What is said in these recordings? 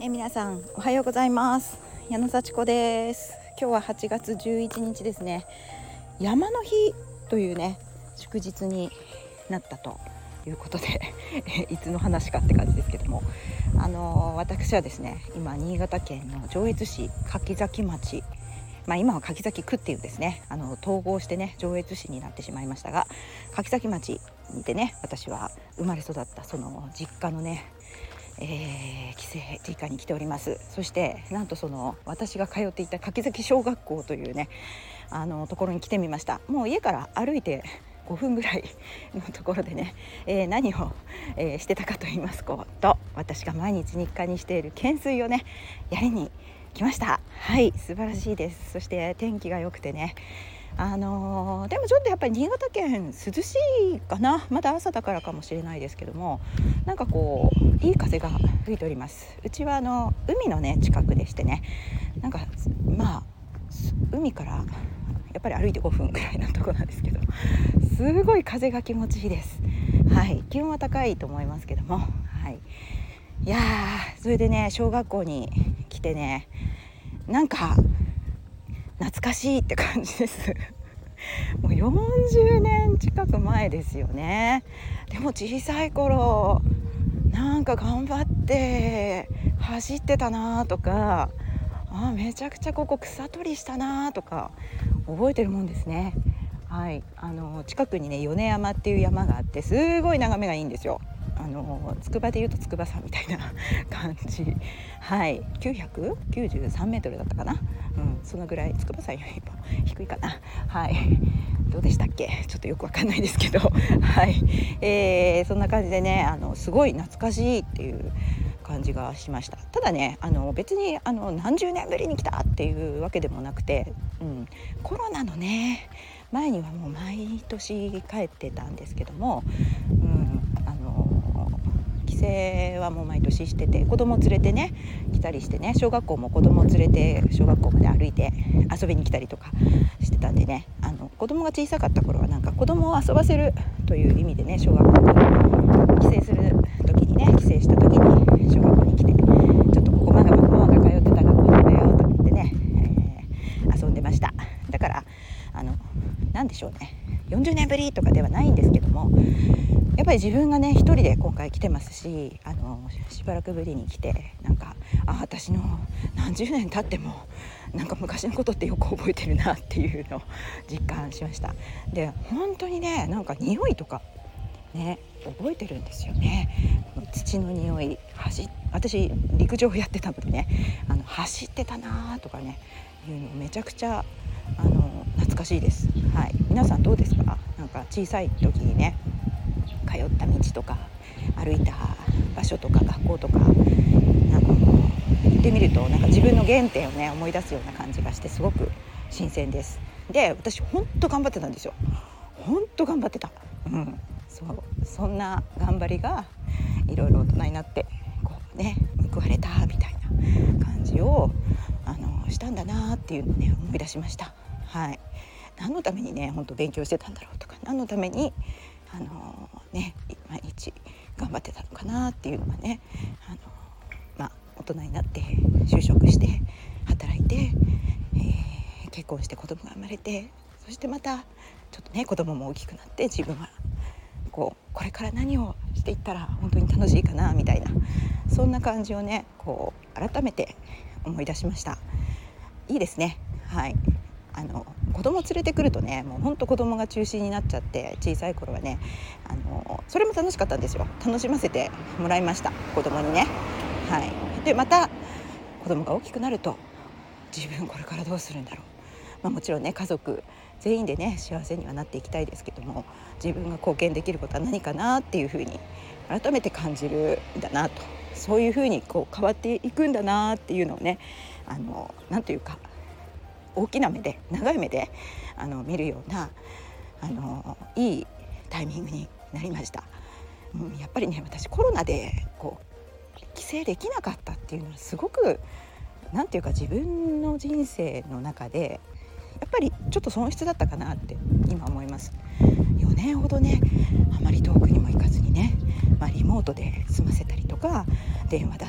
皆さんおはようございます。矢野幸子です。今日は8月11日ですね。山の日というね祝日になったということでいつの話かって感じですけども、私はですね今新潟県の上越市柿崎町、今は柿崎区っていうですね統合してね上越市になってしまいましたが、柿崎町にてね私は生まれ育ったその実家のね帰省実家に来ております。そしてなんとその私が通っていた柿崎小学校というねところに来てみました。もう家から歩いて5分ぐらいのところでね、何を、してたかと言いますと、私が毎日日課にしている懸垂をねやりに来ました。はい、素晴らしいです。そして天気が良くてねでもちょっとやっぱり新潟県涼しいかな。まだ朝だからかもしれないですけども、なんかこういい風が吹いております。うちは海のね近くでしてね、なんか海からやっぱり歩いて5分くらいのところなんですけど、すごい風が気持ちいいです。はい、気温は高いと思いますけども、はい、いやそれでね小学校に来てね、なんか懐かしいって感じですもう40年近く前ですよね。でも小さい頃なんか頑張って走ってたなとか、めちゃくちゃここ草取りしたなとか覚えてるもんですね。はい、近くにね米山っていう山があって、すごい眺めがいいんですよ。筑波でいうと筑波山みたいな感じ。はい、993メートルだったかな、そのぐらい。筑波山よりも低いかな。はい、どうでしたっけ、ちょっとよくわかんないですけどはい、そんな感じでねすごい懐かしいっていう感じがしました。ただね別に何十年ぶりに来たっていうわけでもなくて、コロナのね前にはもう毎年帰ってたんですけども、帰省はもう毎年してて、子供連れてね来たりしてね、小学校も子供連れて小学校まで歩いて遊びに来たりとかしてたんでね、子供が小さかった頃はなんか子供を遊ばせるという意味でね小学校に帰省する時にね、帰省した時に小学校に来て、ちょっとここママが通ってた学校なんだよとか言ってね、遊んでました。だからなんでしょうね、40年ぶりとかではないんですけども、やっぱり自分がね一人で今回来てますし、しばらくぶりに来て、なんか私の何十年経ってもなんか昔のことってよく覚えてるなっていうのを実感しました。で本当にね、なんか匂いとかね覚えてるんですよね。土の匂い、私陸上やってたのでね走ってたなとかねいうのめちゃくちゃ懐かしいです。はい、皆さんどうですか？なんか小さい時にね通った道とか歩いた場所とか学校とか、なんか行ってみるとなんか自分の原点をね思い出すような感じがして、すごく新鮮です。で私本当頑張ってたんですよ。本当頑張ってた。そんな頑張りがいろいろ大人になってこうね報われたみたいな感じをしたんだなっていうのをね思い出しました。はい、何のためにね本当勉強してたんだろうとか、何のために毎日頑張ってたのかなっていうのがね、大人になって就職して働いて、結婚して子供が生まれて、そしてまたちょっとね子供も大きくなって、自分はこれから何をしていったら本当に楽しいかなみたいな、そんな感じをね改めて思い出しました。いいですね。はい、子供連れてくるとねもうほんと子供が中心になっちゃって、小さい頃はねそれも楽しかったんですよ。楽しませてもらいました、子供にね。はい、でまた子供が大きくなると、自分これからどうするんだろう、もちろんね家族全員でね幸せにはなっていきたいですけども、自分が貢献できることは何かなっていうふうに改めて感じるんだなと、そういうふうに変わっていくんだなっていうのをねなんというか大きな目で長い目で見るようないいタイミングになりました。やっぱりね私コロナで帰省できなかったっていうのはすごくなんていうか自分の人生の中でやっぱりちょっと損失だったかなって今思います。4年ほどねあまり遠くにも行かずにね、リモートで済ませたりとか電話だったりとか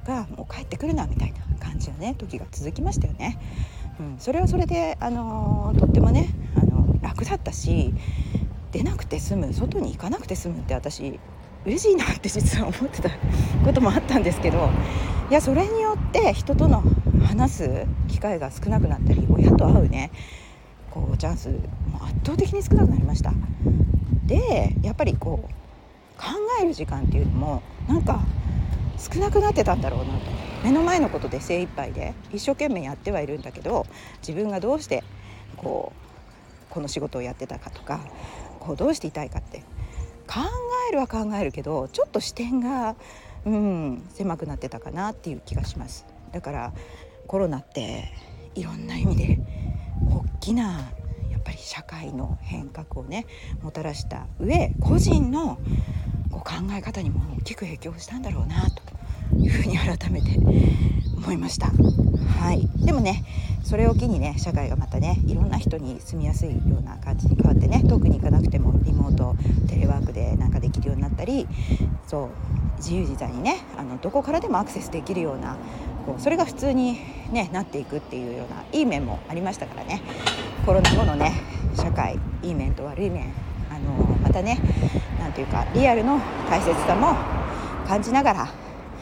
がもう帰ってくるなみたいな感じのね時が続きましたよね。それはそれでとってもね楽だったし、出なくて済む、外に行かなくて済むって私嬉しいなって実は思ってたこともあったんですけど、いやそれによって人との話す機会が少なくなったり、親と会うねこうチャンスも圧倒的に少なくなりました。でやっぱりこう考える時間っていうのもなんか少なくなってたんだろうなと。目の前のことで精一杯で一生懸命やってはいるんだけど、自分がどうしてこの仕事をやってたかとか、どうしていたいかって考えるは考えるけど、ちょっと視点が狭くなってたかなっていう気がします。だからコロナっていろんな意味で大きなやっぱり社会の変革をねもたらした上、個人の考え方にも大きく影響したんだろうなというふうに改めて思いました。でもねそれを機にね社会がまたねいろんな人に住みやすいような感じに変わってね、遠くに行かなくてもリモートテレワークでなんかできるようになったり、自由自在にねどこからでもアクセスできるようなそれが普通に、ね、なっていくっていうようないい面もありましたからね。コロナ後のね社会、いい面と悪い面またねなんていうかリアルの大切さも感じながら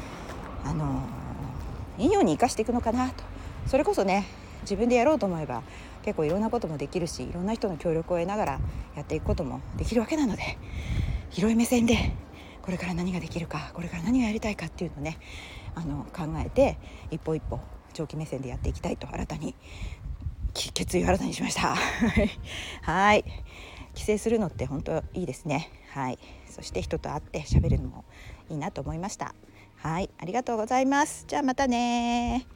いいように生かしていくのかなと。それこそね自分でやろうと思えば結構いろんなこともできるし、いろんな人の協力を得ながらやっていくこともできるわけなので、広い目線でこれから何ができるか、これから何がやりたいかっていうのをね考えて一歩一歩長期目線でやっていきたいと新たに決意を新たにしましたはい、帰省するのって本当いいですね。そして人と会って喋るのもいいなと思いました。ありがとうございます。じゃあまたね。